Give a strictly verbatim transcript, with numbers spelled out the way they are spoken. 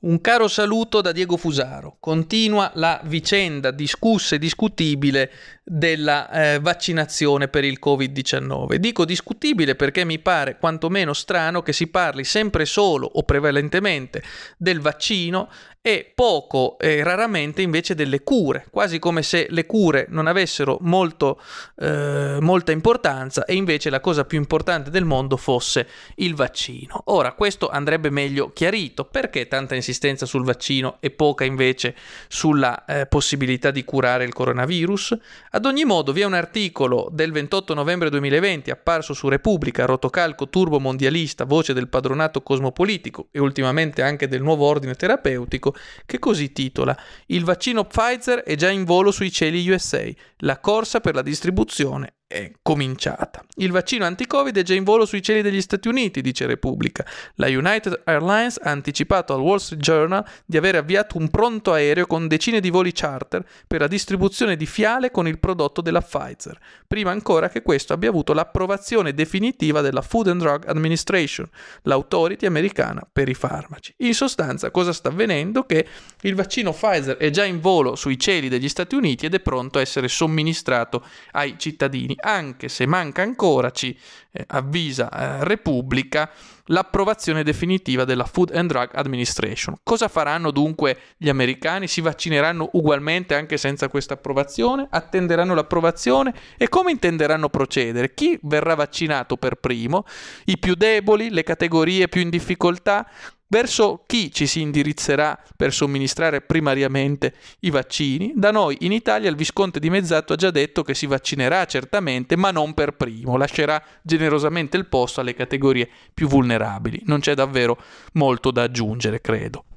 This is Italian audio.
Un caro saluto da Diego Fusaro. Continua la vicenda discussa e discutibile della eh, vaccinazione per il covid diciannove. Dico discutibile perché mi pare quantomeno strano che si parli sempre solo o prevalentemente del vaccino e poco e raramente invece delle cure, quasi come se le cure non avessero molto, eh, molta importanza e invece la cosa più importante del mondo fosse il vaccino. Ora, questo andrebbe meglio chiarito. Perché tanta insistenza sul vaccino e poca invece sulla eh, possibilità di curare il coronavirus? Ad ogni modo, vi è un articolo del ventotto novembre duemilaventi apparso su Repubblica, rotocalco turbo mondialista, voce del padronato cosmopolitico e ultimamente anche del nuovo ordine terapeutico, che così titola: il vaccino Pfizer è già in volo sui cieli U S A, la corsa per la distribuzione è cominciata. Il vaccino anti-Covid è già in volo sui cieli degli Stati Uniti, dice Repubblica. La United Airlines ha anticipato al Wall Street Journal di aver avviato un pronto aereo con decine di voli charter per la distribuzione di fiale con il prodotto della Pfizer, prima ancora che questo abbia avuto l'approvazione definitiva della Food and Drug Administration, l'autority americana per i farmaci. In sostanza, cosa sta avvenendo? Che il vaccino Pfizer è già in volo sui cieli degli Stati Uniti ed è pronto a essere somministrato ai cittadini, anche se manca ancora, ci eh, avvisa eh, Repubblica, l'approvazione definitiva della Food and Drug Administration. Cosa faranno dunque gli americani? Si vaccineranno ugualmente anche senza questa approvazione? Attenderanno l'approvazione? E come intenderanno procedere? Chi verrà vaccinato per primo? I più deboli? Le categorie più in difficoltà? Verso chi ci si indirizzerà per somministrare primariamente i vaccini? Da noi in Italia il Visconte di Mezzato ha già detto che si vaccinerà certamente, ma non per primo, lascerà generosamente il posto alle categorie più vulnerabili. Non c'è davvero molto da aggiungere, credo.